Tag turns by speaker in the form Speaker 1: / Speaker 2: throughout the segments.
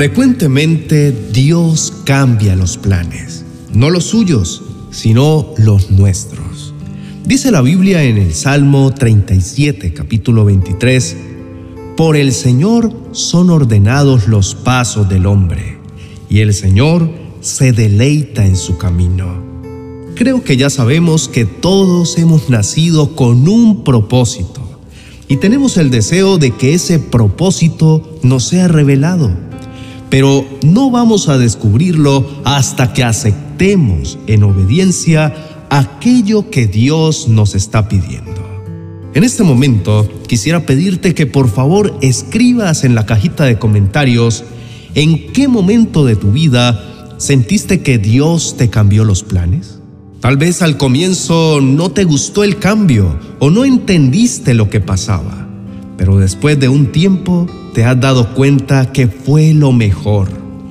Speaker 1: Frecuentemente Dios cambia los planes, no los suyos, sino los nuestros. Dice la Biblia en el Salmo 37, capítulo 23, «Por el Señor son ordenados los pasos del hombre, y el Señor se deleita en su camino». Creo que ya sabemos que todos hemos nacido con un propósito, y tenemos el deseo de que ese propósito nos sea revelado. Pero no vamos a descubrirlo hasta que aceptemos en obediencia aquello que Dios nos está pidiendo. En este momento quisiera pedirte que por favor escribas en la cajita de comentarios en qué momento de tu vida sentiste que Dios te cambió los planes. Tal vez al comienzo no te gustó el cambio o no entendiste lo que pasaba, pero después de un tiempo te has dado cuenta que fue lo mejor.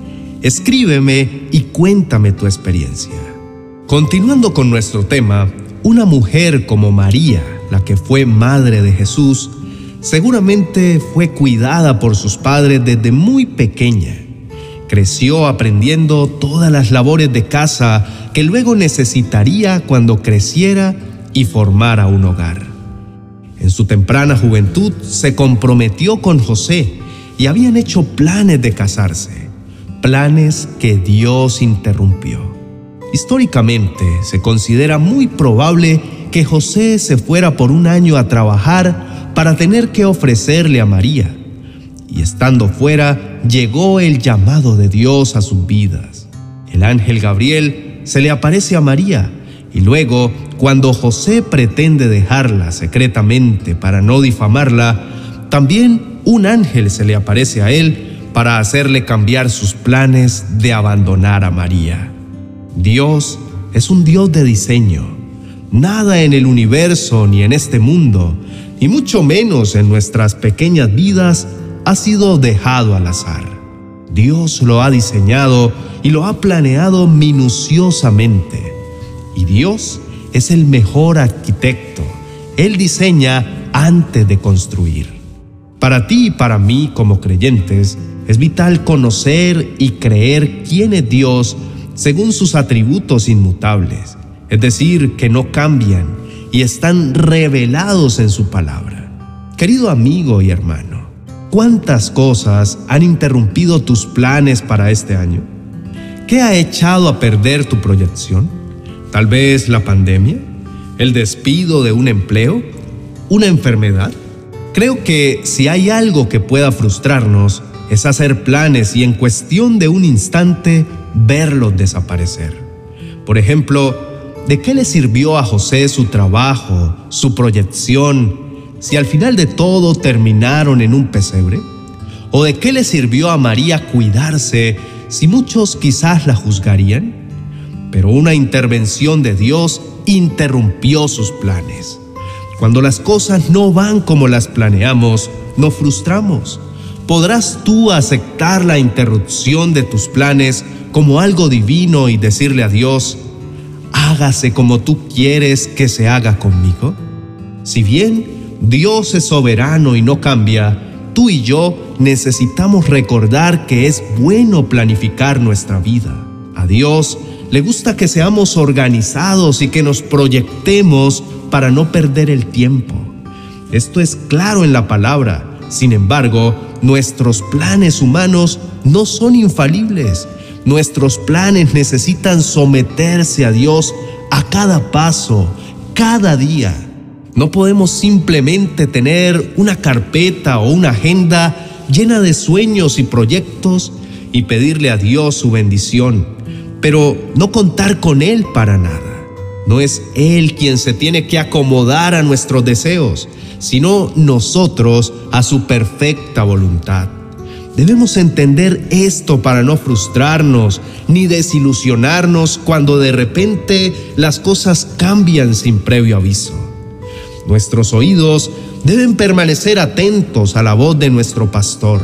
Speaker 1: Escríbeme y cuéntame tu experiencia. Continuando con nuestro tema, una mujer como María, la que fue madre de Jesús, seguramente fue cuidada por sus padres desde muy pequeña. Creció aprendiendo todas las labores de casa que luego necesitaría cuando creciera y formara un hogar. En su temprana juventud se comprometió con José y habían hecho planes de casarse, planes que Dios interrumpió. Históricamente se considera muy probable que José se fuera por un año a trabajar para tener que ofrecerle a María, y estando fuera llegó el llamado de Dios a sus vidas. El ángel Gabriel se le aparece a María y luego, cuando José pretende dejarla secretamente para no difamarla, también un ángel se le aparece a él para hacerle cambiar sus planes de abandonar a María. Dios es un Dios de diseño. Nada en el universo ni en este mundo, y mucho menos en nuestras pequeñas vidas, ha sido dejado al azar. Dios lo ha diseñado y lo ha planeado minuciosamente. Y Dios es el mejor arquitecto. Él diseña antes de construir. Para ti y para mí como creyentes, es vital conocer y creer quién es Dios según sus atributos inmutables, es decir, que no cambian y están revelados en su palabra. Querido amigo y hermano, ¿cuántas cosas han interrumpido tus planes para este año? ¿Qué ha echado a perder tu proyección? Tal vez la pandemia, el despido de un empleo, una enfermedad. Creo que si hay algo que pueda frustrarnos es hacer planes y en cuestión de un instante verlos desaparecer. Por ejemplo, ¿de qué le sirvió a José su trabajo, su proyección, si al final de todo terminaron en un pesebre? ¿O de qué le sirvió a María cuidarse si muchos quizás la juzgarían? Pero una intervención de Dios interrumpió sus planes. Cuando las cosas no van como las planeamos, nos frustramos. ¿Podrás tú aceptar la interrupción de tus planes como algo divino y decirle a Dios, hágase como tú quieres que se haga conmigo? Si bien Dios es soberano y no cambia, tú y yo necesitamos recordar que es bueno planificar nuestra vida. A Dios le gusta que seamos organizados y que nos proyectemos para no perder el tiempo. Esto es claro en la palabra. Sin embargo, nuestros planes humanos no son infalibles. Nuestros planes necesitan someterse a Dios a cada paso, cada día. No podemos simplemente tener una carpeta o una agenda llena de sueños y proyectos y pedirle a Dios su bendición, pero no contar con Él para nada. No es Él quien se tiene que acomodar a nuestros deseos, sino nosotros a su perfecta voluntad. Debemos entender esto para no frustrarnos ni desilusionarnos cuando de repente las cosas cambian sin previo aviso. Nuestros oídos deben permanecer atentos a la voz de nuestro pastor.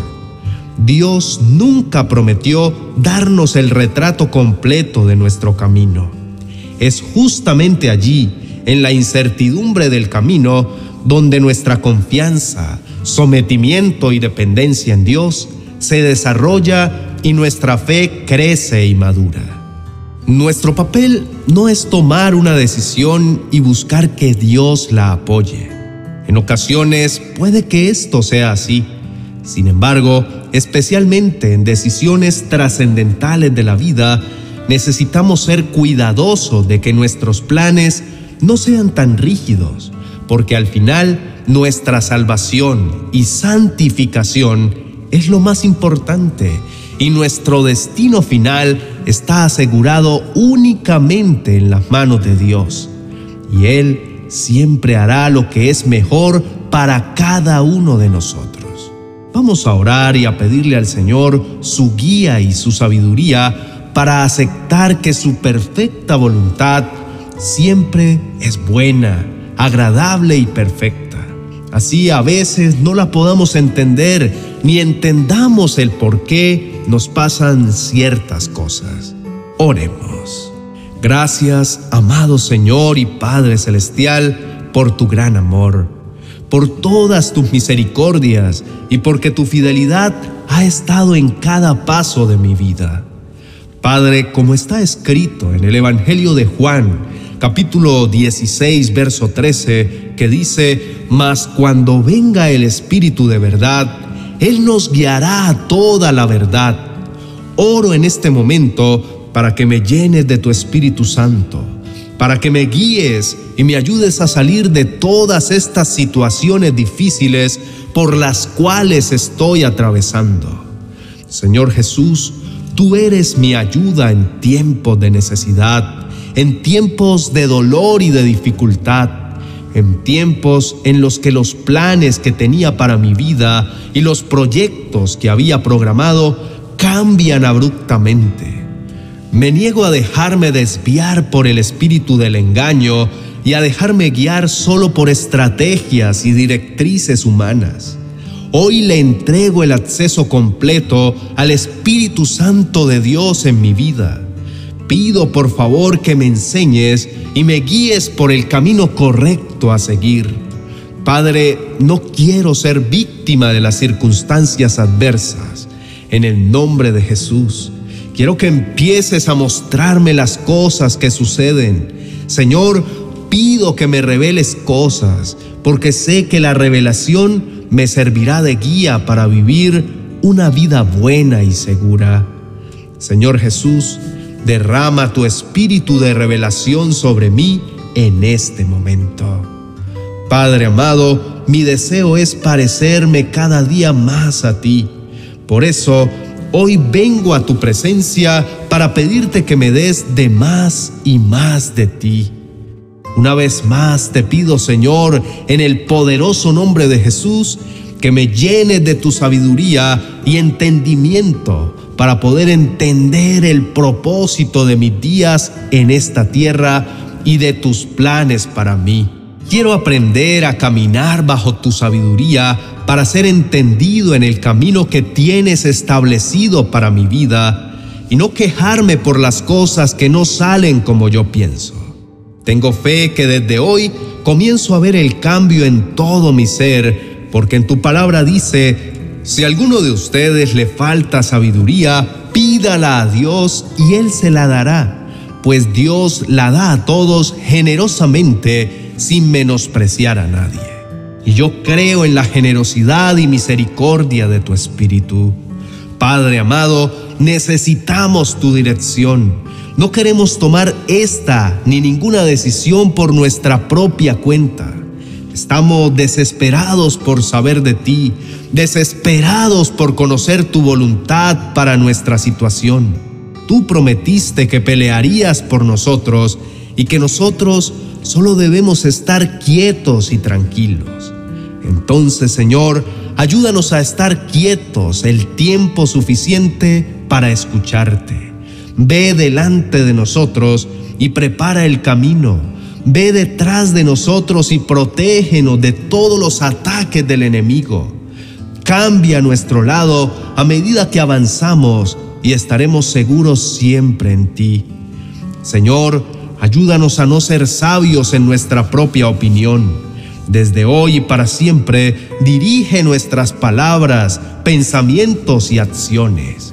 Speaker 1: Dios nunca prometió darnos el retrato completo de nuestro camino. Es justamente allí, en la incertidumbre del camino, donde nuestra confianza, sometimiento y dependencia en Dios se desarrolla y nuestra fe crece y madura. Nuestro papel no es tomar una decisión y buscar que Dios la apoye. En ocasiones puede que esto sea así. Sin embargo, especialmente en decisiones trascendentales de la vida, necesitamos ser cuidadosos de que nuestros planes no sean tan rígidos, porque al final nuestra salvación y santificación es lo más importante y nuestro destino final está asegurado únicamente en las manos de Dios. Y Él siempre hará lo que es mejor para cada uno de nosotros. Vamos a orar y a pedirle al Señor su guía y su sabiduría para aceptar que su perfecta voluntad siempre es buena, agradable y perfecta. Así a veces no la podamos entender ni entendamos el por qué nos pasan ciertas cosas. Oremos. Gracias, amado Señor y Padre Celestial, por tu gran amor, por todas tus misericordias y porque tu fidelidad ha estado en cada paso de mi vida. Padre, como está escrito en el Evangelio de Juan, capítulo 16, verso 13, que dice: «Mas cuando venga el Espíritu de verdad, Él nos guiará a toda la verdad». Oro en este momento para que me llenes de tu Espíritu Santo, para que me guíes y me ayudes a salir de todas estas situaciones difíciles por las cuales estoy atravesando. Señor Jesús, tú eres mi ayuda en tiempos de necesidad, en tiempos de dolor y de dificultad, en tiempos en los que los planes que tenía para mi vida y los proyectos que había programado cambian abruptamente. Me niego a dejarme desviar por el espíritu del engaño y a dejarme guiar solo por estrategias y directrices humanas. Hoy le entrego el acceso completo al Espíritu Santo de Dios en mi vida. Pido por favor que me enseñes y me guíes por el camino correcto a seguir. Padre, no quiero ser víctima de las circunstancias adversas. En el nombre de Jesús, quiero que empieces a mostrarme las cosas que suceden. Señor, pido que me reveles cosas, porque sé que la revelación me servirá de guía para vivir una vida buena y segura. Señor Jesús, derrama tu espíritu de revelación sobre mí en este momento. Padre amado, mi deseo es parecerme cada día más a ti. Por eso, hoy vengo a tu presencia para pedirte que me des de más y más de ti. Una vez más te pido, Señor, en el poderoso nombre de Jesús, que me llenes de tu sabiduría y entendimiento para poder entender el propósito de mis días en esta tierra y de tus planes para mí. Quiero aprender a caminar bajo tu sabiduría para ser entendido en el camino que tienes establecido para mi vida y no quejarme por las cosas que no salen como yo pienso. Tengo fe que desde hoy comienzo a ver el cambio en todo mi ser, porque en tu palabra dice: si a alguno de ustedes le falta sabiduría, pídala a Dios y Él se la dará, pues Dios la da a todos generosamente sin menospreciar a nadie. Y yo creo en la generosidad y misericordia de tu Espíritu. Padre amado, necesitamos tu dirección. No queremos tomar esta ni ninguna decisión por nuestra propia cuenta. Estamos desesperados por saber de ti, desesperados por conocer tu voluntad para nuestra situación. Tú prometiste que pelearías por nosotros y que nosotros solo debemos estar quietos y tranquilos. Entonces, Señor, ayúdanos a estar quietos el tiempo suficiente para escucharte. Ve delante de nosotros y prepara el camino. Ve detrás de nosotros y protégenos de todos los ataques del enemigo. Cambia nuestro lado a medida que avanzamos y estaremos seguros siempre en ti. Señor, ayúdanos a no ser sabios en nuestra propia opinión. Desde hoy y para siempre, dirige nuestras palabras, pensamientos y acciones.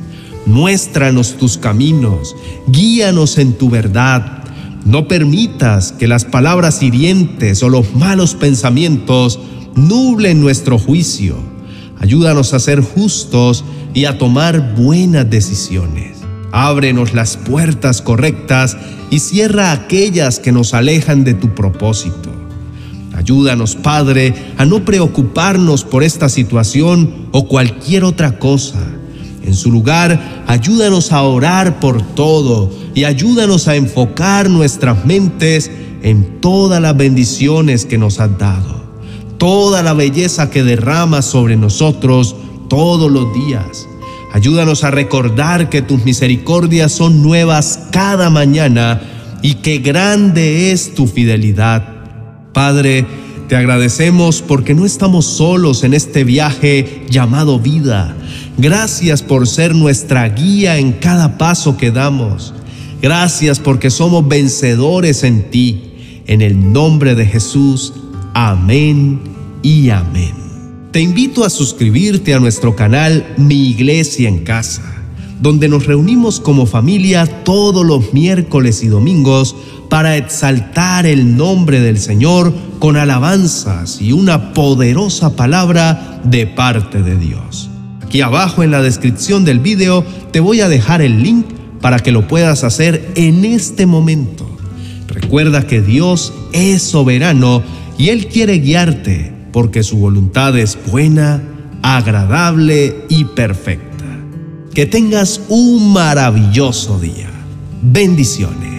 Speaker 1: Muéstranos tus caminos, guíanos en tu verdad. No permitas que las palabras hirientes o los malos pensamientos nublen nuestro juicio. Ayúdanos a ser justos y a tomar buenas decisiones. Ábrenos las puertas correctas y cierra aquellas que nos alejan de tu propósito. Ayúdanos, Padre, a no preocuparnos por esta situación o cualquier otra cosa. En su lugar, ayúdanos a orar por todo y ayúdanos a enfocar nuestras mentes en todas las bendiciones que nos has dado, toda la belleza que derramas sobre nosotros todos los días. Ayúdanos a recordar que tus misericordias son nuevas cada mañana y que grande es tu fidelidad. Padre, te agradecemos porque no estamos solos en este viaje llamado vida. Gracias por ser nuestra guía en cada paso que damos. Gracias porque somos vencedores en ti. En el nombre de Jesús, amén y amén. Te invito a suscribirte a nuestro canal Mi Iglesia en Casa, donde nos reunimos como familia todos los miércoles y domingos para exaltar el nombre del Señor con alabanzas y una poderosa palabra de parte de Dios. Aquí abajo en la descripción del video te voy a dejar el link para que lo puedas hacer en este momento. Recuerda que Dios es soberano y Él quiere guiarte porque su voluntad es buena, agradable y perfecta. Que tengas un maravilloso día. Bendiciones.